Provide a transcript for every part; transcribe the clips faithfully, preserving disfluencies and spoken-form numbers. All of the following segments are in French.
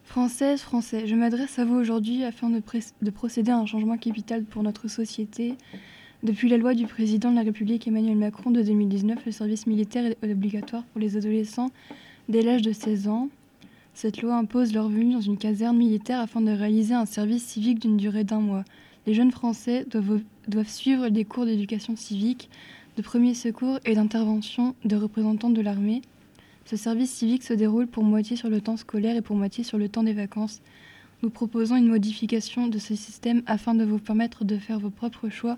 Françaises, Français, je m'adresse à vous aujourd'hui afin de, pré- de procéder à un changement capital pour notre société. Depuis la loi du président de la République Emmanuel Macron de deux mille dix-neuf, le service militaire est obligatoire pour les adolescents dès l'âge de seize ans. Cette loi impose leur venue dans une caserne militaire afin de réaliser un service civique d'une durée d'un mois. Les jeunes Français doivent, doivent suivre des cours d'éducation civique, de premiers secours et d'intervention de représentants de l'armée. Ce service civique se déroule pour moitié sur le temps scolaire et pour moitié sur le temps des vacances. Nous proposons une modification de ce système afin de vous permettre de faire vos propres choix.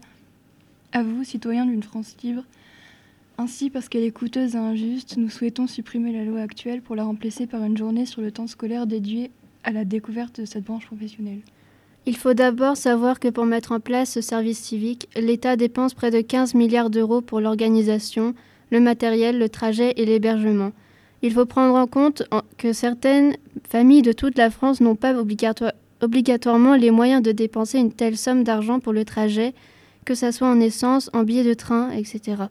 À vous, citoyens d'une France libre. Ainsi, parce qu'elle est coûteuse et injuste, nous souhaitons supprimer la loi actuelle pour la remplacer par une journée sur le temps scolaire dédiée à la découverte de cette branche professionnelle. Il faut d'abord savoir que pour mettre en place ce service civique, l'État dépense près de quinze milliards d'euros pour l'organisation, le matériel, le trajet et l'hébergement. Il faut prendre en compte que certaines familles de toute la France n'ont pas obligatoire, obligatoirement les moyens de dépenser une telle somme d'argent pour le trajet, que ce soit en essence, en billets de train, et cetera.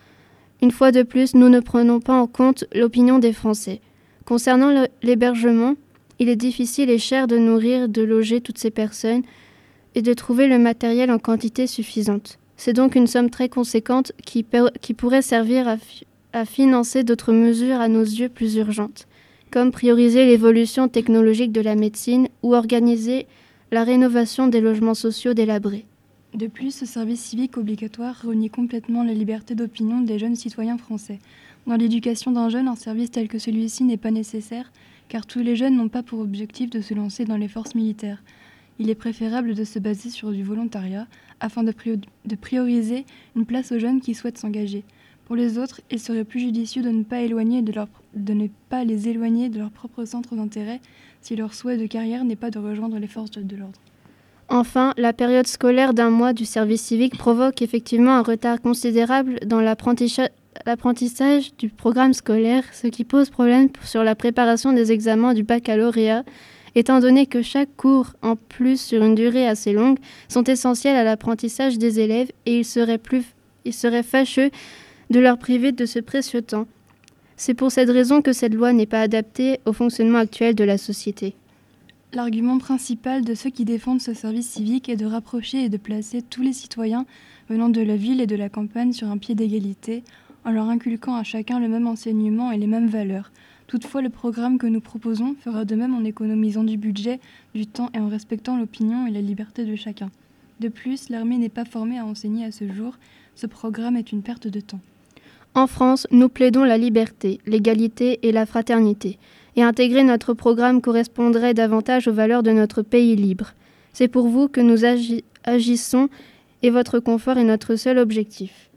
Une fois de plus, nous ne prenons pas en compte l'opinion des Français. Concernant le, l'hébergement, il est difficile et cher de nourrir, de loger toutes ces personnes et de trouver le matériel en quantité suffisante. C'est donc une somme très conséquente qui, per, qui pourrait servir à fi- à financer d'autres mesures à nos yeux plus urgentes, comme prioriser l'évolution technologique de la médecine ou organiser la rénovation des logements sociaux délabrés. De plus, ce service civique obligatoire renie complètement la liberté d'opinion des jeunes citoyens français. Dans l'éducation d'un jeune, un service tel que celui-ci n'est pas nécessaire, car tous les jeunes n'ont pas pour objectif de se lancer dans les forces militaires. Il est préférable de se baser sur du volontariat, afin de, priori- de prioriser une place aux jeunes qui souhaitent s'engager. Pour les autres, il serait plus judicieux de ne pas, éloigner de, leur, de ne pas les éloigner de leur propre centre d'intérêt si leur souhait de carrière n'est pas de rejoindre les forces de l'ordre. Enfin, la période scolaire d'un mois du service civique provoque effectivement un retard considérable dans l'apprentissage, l'apprentissage du programme scolaire, ce qui pose problème sur la préparation des examens du baccalauréat, étant donné que chaque cours, en plus sur une durée assez longue, sont essentiels à l'apprentissage des élèves et il serait, plus, il serait fâcheux de leur priver de ce précieux temps. C'est pour cette raison que cette loi n'est pas adaptée au fonctionnement actuel de la société. L'argument principal de ceux qui défendent ce service civique est de rapprocher et de placer tous les citoyens venant de la ville et de la campagne sur un pied d'égalité, en leur inculquant à chacun le même enseignement et les mêmes valeurs. Toutefois, le programme que nous proposons fera de même en économisant du budget, du temps et en respectant l'opinion et la liberté de chacun. De plus, l'armée n'est pas formée à enseigner à ce jour. Ce programme est une perte de temps. En France, nous plaidons la liberté, l'égalité et la fraternité. Et intégrer notre programme correspondrait davantage aux valeurs de notre pays libre. C'est pour vous que nous agi- agissons et votre confort est notre seul objectif.